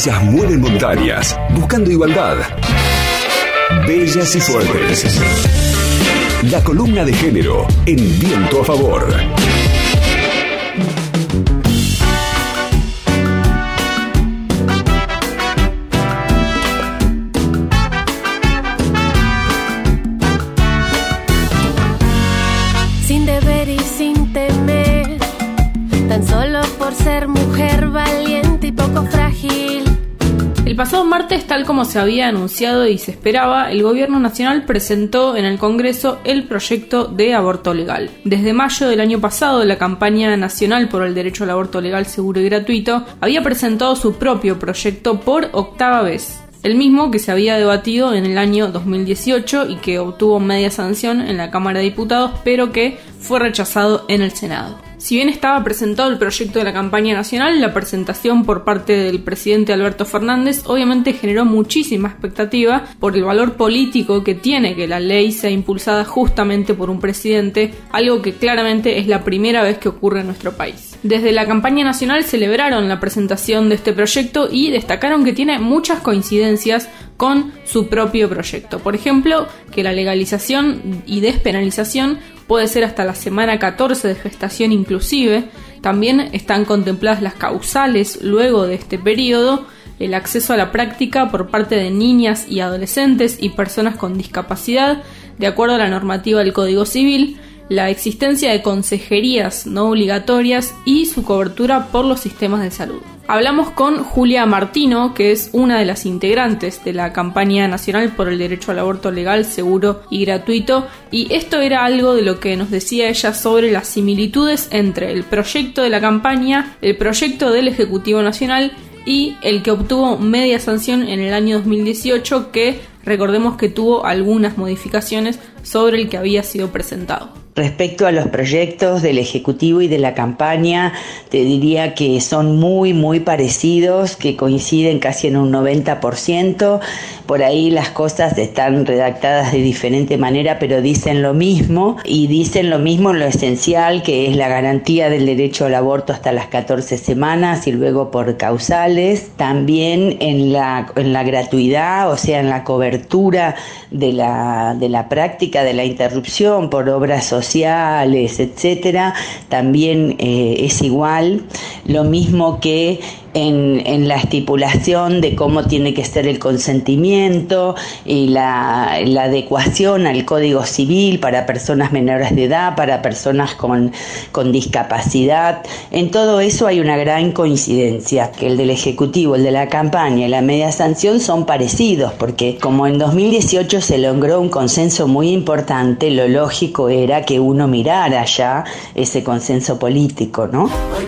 Ellas mueven montañas, buscando igualdad. Bellas y fuertes. La columna de género en Viento a Favor. Sin deber y sin temer, tan solo por ser mujer valiente y poco frágil. El pasado martes, tal como se había anunciado y se esperaba, el Gobierno Nacional presentó en el Congreso el proyecto de aborto legal. Desde mayo del año pasado, la campaña nacional por el derecho al aborto legal, seguro y gratuito había presentado su propio proyecto por 8ª vez. El mismo que se había debatido en el año 2018 y que obtuvo media sanción en la Cámara de Diputados, pero que fue rechazado en el Senado. Si bien estaba presentado el proyecto de la campaña nacional, la presentación por parte del presidente Alberto Fernández obviamente generó muchísima expectativa por el valor político que tiene que la ley sea impulsada justamente por un presidente, algo que claramente es la primera vez que ocurre en nuestro país. Desde la campaña nacional celebraron la presentación de este proyecto y destacaron que tiene muchas coincidencias con su propio proyecto. Por ejemplo, que la legalización y despenalización puede ser hasta la semana 14 de gestación inclusive. También están contempladas las causales luego de este periodo, el acceso a la práctica por parte de niñas y adolescentes y personas con discapacidad, de acuerdo a la normativa del Código Civil, la existencia de consejerías no obligatorias y su cobertura por los sistemas de salud. Hablamos con Julia Martino, que es una de las integrantes de la campaña nacional por el derecho al aborto legal, seguro y gratuito, y esto era algo de lo que nos decía ella sobre las similitudes entre el proyecto de la campaña, el proyecto del Ejecutivo Nacional y el que obtuvo media sanción en el año 2018, que recordemos que tuvo algunas modificaciones sobre el que había sido presentado. Respecto a los proyectos del Ejecutivo y de la campaña, te diría que son muy parecidos, que coinciden casi en un 90%. Por ahí las cosas están redactadas de diferente manera, pero dicen lo mismo, y dicen lo mismo en lo esencial, que es la garantía del derecho al aborto hasta las 14 semanas y luego por causales. También en la gratuidad, o sea, en la cobertura de la práctica de la interrupción por obras sociales, etcétera, también es igual. Lo mismo que en la estipulación de cómo tiene que ser el consentimiento y la adecuación al Código Civil para personas menores de edad, para personas con discapacidad. En todo eso hay una gran coincidencia, que el del Ejecutivo, el de la campaña y la media sanción son parecidos, porque como en 2018 se logró un consenso muy importante, lo lógico era que uno mirara ya ese consenso político, ¿no?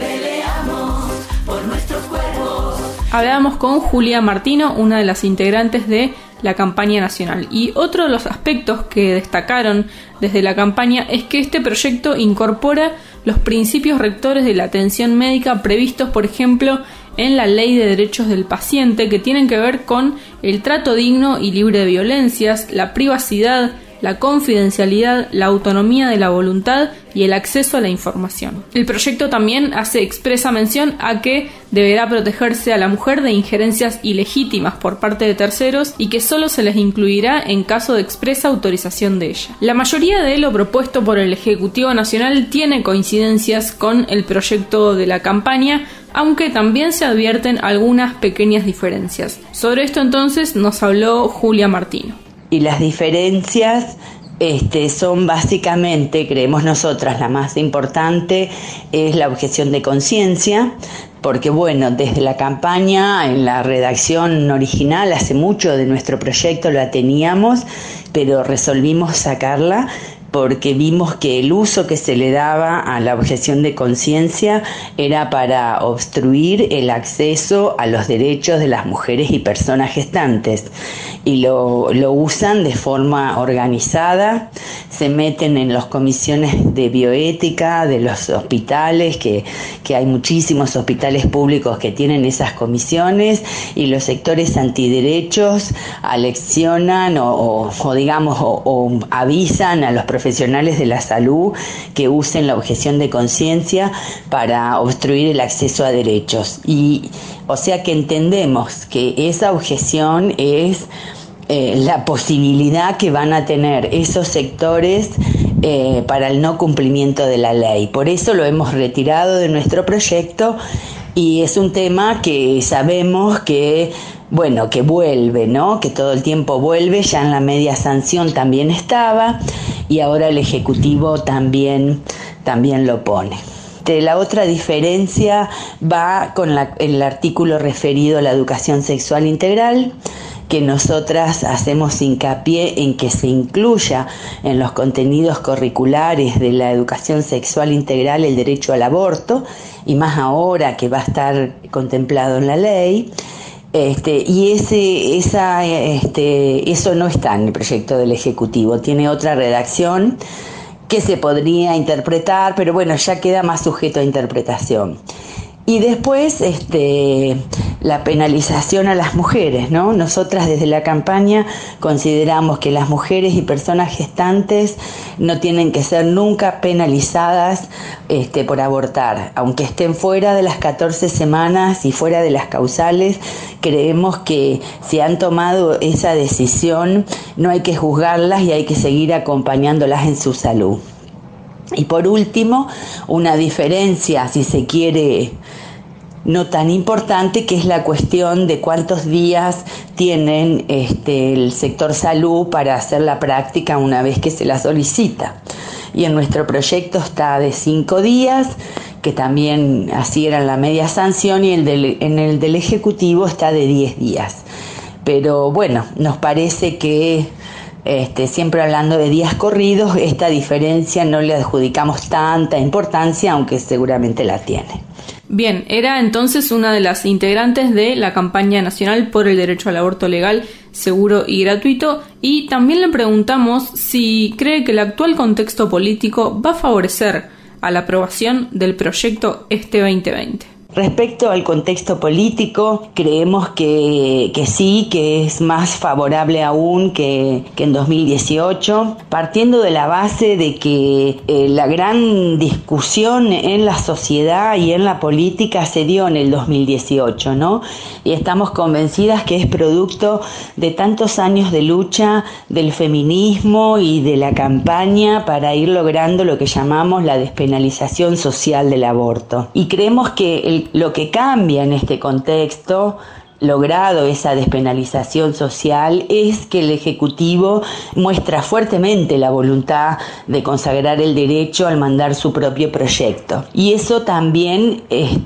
Hablábamos con Julia Martino, una de las integrantes de la campaña nacional. Y otro de los aspectos que destacaron desde la campaña es que este proyecto incorpora los principios rectores de la atención médica previstos, por ejemplo, en la Ley de Derechos del Paciente, que tienen que ver con el trato digno y libre de violencias, la privacidad, la confidencialidad, la autonomía de la voluntad y el acceso a la información. El proyecto también hace expresa mención a que deberá protegerse a la mujer de injerencias ilegítimas por parte de terceros y que solo se les incluirá en caso de expresa autorización de ella. La mayoría de lo propuesto por el Ejecutivo Nacional tiene coincidencias con el proyecto de la campaña, aunque también se advierten algunas pequeñas diferencias. Sobre esto entonces nos habló Julia Martino. Y las diferencias son básicamente, creemos nosotras, la más importante es la objeción de conciencia, porque bueno, desde la campaña, en la redacción original, hace mucho de nuestro proyecto la teníamos, pero resolvimos sacarla porque vimos que el uso que se le daba a la objeción de conciencia era para obstruir el acceso a los derechos de las mujeres y personas gestantes, y lo usan de forma organizada, se meten en las comisiones de bioética de los hospitales, que hay muchísimos hospitales públicos que tienen esas comisiones, y los sectores antiderechos aleccionan o avisan a los profesionales profesionales de la salud que usen la objeción de conciencia para obstruir el acceso a derechos. Y o sea que entendemos que esa objeción es la posibilidad que van a tener esos sectores para el no cumplimiento de la ley. Por eso lo hemos retirado de nuestro proyecto y es un tema que sabemos que que vuelve, ¿no? Que todo el tiempo vuelve, ya en la media sanción también estaba y ahora el Ejecutivo también lo pone. La otra diferencia va con el artículo referido a la educación sexual integral, que nosotras hacemos hincapié en que se incluya en los contenidos curriculares de la educación sexual integral el derecho al aborto, y más ahora que va a estar contemplado en la ley. Y eso no está en el proyecto del Ejecutivo, tiene otra redacción que se podría interpretar, pero bueno, ya queda más sujeto a interpretación. Y después la penalización a las mujeres, ¿no? Nosotras desde la campaña consideramos que las mujeres y personas gestantes no tienen que ser nunca penalizadas por abortar, aunque estén fuera de las 14 semanas y fuera de las causales. Creemos que si han tomado esa decisión no hay que juzgarlas y hay que seguir acompañándolas en su salud. Y por último, una diferencia, si se quiere, no tan importante, que es la cuestión de cuántos días tienen el sector salud para hacer la práctica una vez que se la solicita. Y en nuestro proyecto está de 5 días, que también así era en la media sanción, y en el del Ejecutivo está de 10 días. Pero bueno, nos parece que siempre hablando de días corridos, esta diferencia no le adjudicamos tanta importancia, aunque seguramente la tiene. Bien, era entonces una de las integrantes de la campaña nacional por el derecho al aborto legal, seguro y gratuito, y también le preguntamos si cree que el actual contexto político va a favorecer a la aprobación del proyecto 2020. Respecto al contexto político, creemos que sí, que es más favorable aún que en 2018, partiendo de la base de que la gran discusión en la sociedad y en la política se dio en el 2018, ¿no? Y estamos convencidas que es producto de tantos años de lucha del feminismo y de la campaña para ir logrando lo que llamamos la despenalización social del aborto. Y creemos que lo que cambia en este contexto, logrado esa despenalización social, es que el Ejecutivo muestra fuertemente la voluntad de consagrar el derecho al mandar su propio proyecto. Y eso también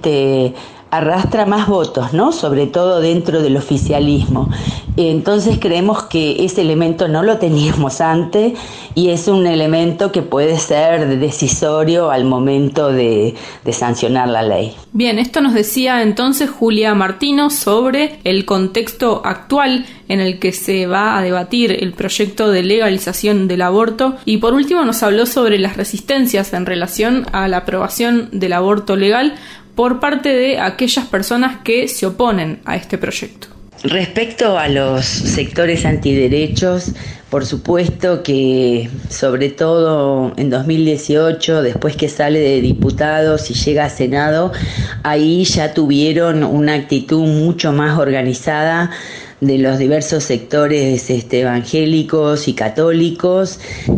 arrastra más votos, ¿no? Sobre todo dentro del oficialismo. Entonces creemos que ese elemento no lo teníamos antes y es un elemento que puede ser decisorio al momento de sancionar la ley. Bien, esto nos decía entonces Julia Martino sobre el contexto actual en el que se va a debatir el proyecto de legalización del aborto, y por último nos habló sobre las resistencias en relación a la aprobación del aborto legal por parte de aquellas personas que se oponen a este proyecto. Respecto a los sectores antiderechos, por supuesto que sobre todo en 2018, después que sale de diputados y llega a Senado, ahí ya tuvieron una actitud mucho más organizada de los diversos sectores evangélicos y católicos,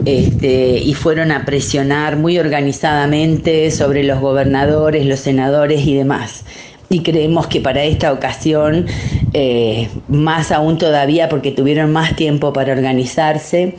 y fueron a presionar muy organizadamente sobre los gobernadores, los senadores y demás. Y creemos que para esta ocasión, más aún todavía porque tuvieron más tiempo para organizarse,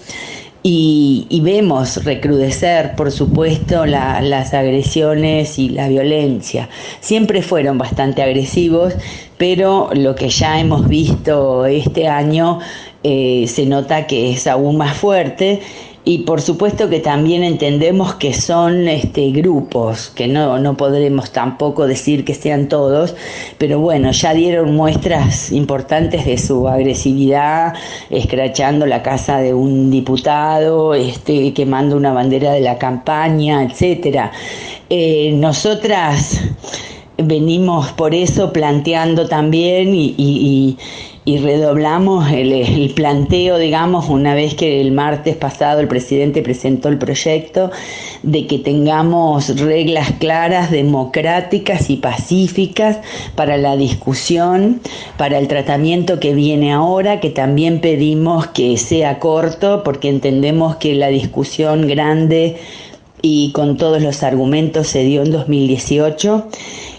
y vemos recrudecer, por supuesto, las agresiones y la violencia. Siempre fueron bastante agresivos, pero lo que ya hemos visto este año se nota que es aún más fuerte. Y por supuesto que también entendemos que son grupos, que no podremos tampoco decir que sean todos, pero bueno, ya dieron muestras importantes de su agresividad, escrachando la casa de un diputado, quemando una bandera de la campaña, etcétera. Nosotras venimos por eso planteando también y redoblamos el planteo, digamos, una vez que el martes pasado el presidente presentó el proyecto, de que tengamos reglas claras, democráticas y pacíficas para la discusión, para el tratamiento que viene ahora, que también pedimos que sea corto, porque entendemos que la discusión grande y con todos los argumentos se dio en 2018.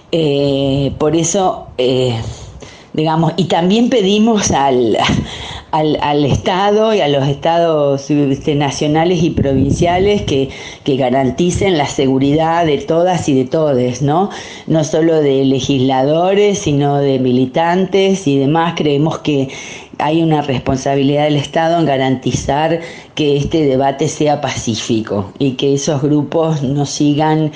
Por eso, digamos, y también pedimos al Estado y a los estados nacionales y provinciales que garanticen la seguridad de todas y de todes, ¿no? No solo de legisladores, sino de militantes y demás. Creemos que hay una responsabilidad del Estado en garantizar que este debate sea pacífico y que esos grupos no sigan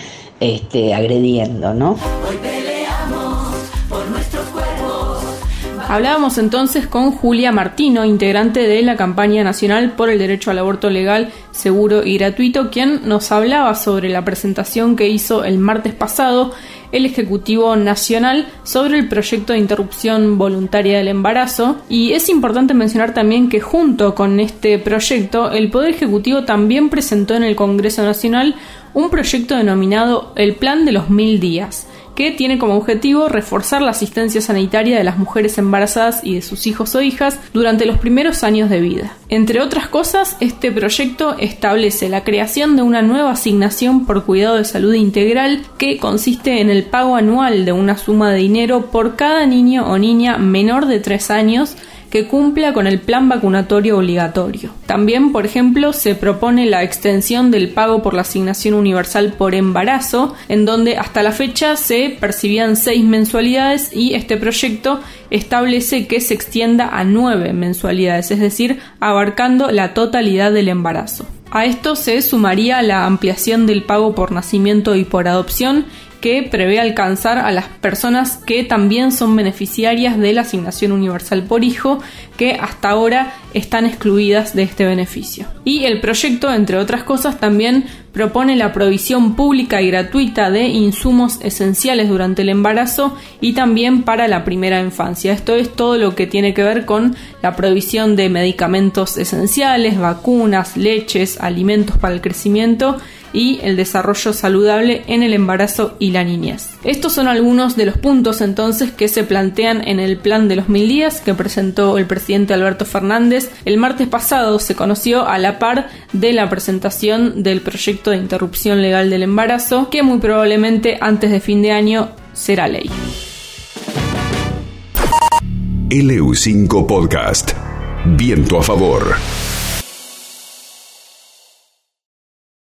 agrediendo, ¿no? Hoy peleamos por nuestros cuerpos. Hablábamos entonces con Julia Martino, integrante de la campaña nacional por el derecho al aborto legal, seguro y gratuito, quien nos hablaba sobre la presentación que hizo el martes pasado el Ejecutivo Nacional sobre el proyecto de interrupción voluntaria del embarazo. Y es importante mencionar también que junto con este proyecto, el Poder Ejecutivo también presentó en el Congreso Nacional un proyecto denominado el Plan de los 1000 días, que tiene como objetivo reforzar la asistencia sanitaria de las mujeres embarazadas y de sus hijos o hijas durante los primeros años de vida. Entre otras cosas, este proyecto establece la creación de una nueva asignación por cuidado de salud integral que consiste en el pago anual de una suma de dinero por cada niño o niña menor de 3 años que cumpla con el plan vacunatorio obligatorio. También, por ejemplo, se propone la extensión del pago por la asignación universal por embarazo, en donde hasta la fecha se percibían 6 mensualidades y este proyecto establece que se extienda a 9 mensualidades, es decir, abarcando la totalidad del embarazo. A esto se sumaría la ampliación del pago por nacimiento y por adopción, que prevé alcanzar a las personas que también son beneficiarias de la asignación universal por hijo, que hasta ahora están excluidas de este beneficio. Y el proyecto, entre otras cosas, también propone la provisión pública y gratuita de insumos esenciales durante el embarazo y también para la primera infancia. Esto es todo lo que tiene que ver con la provisión de medicamentos esenciales, vacunas, leches, alimentos para el crecimiento y el desarrollo saludable en el embarazo y la niñez. Estos son algunos de los puntos entonces que se plantean en el Plan de los 1000 días que presentó el presidente Alberto Fernández. El martes pasado se conoció a la par de la presentación del proyecto de interrupción legal del embarazo, que muy probablemente antes de fin de año será ley. LU5 Podcast. Viento a favor.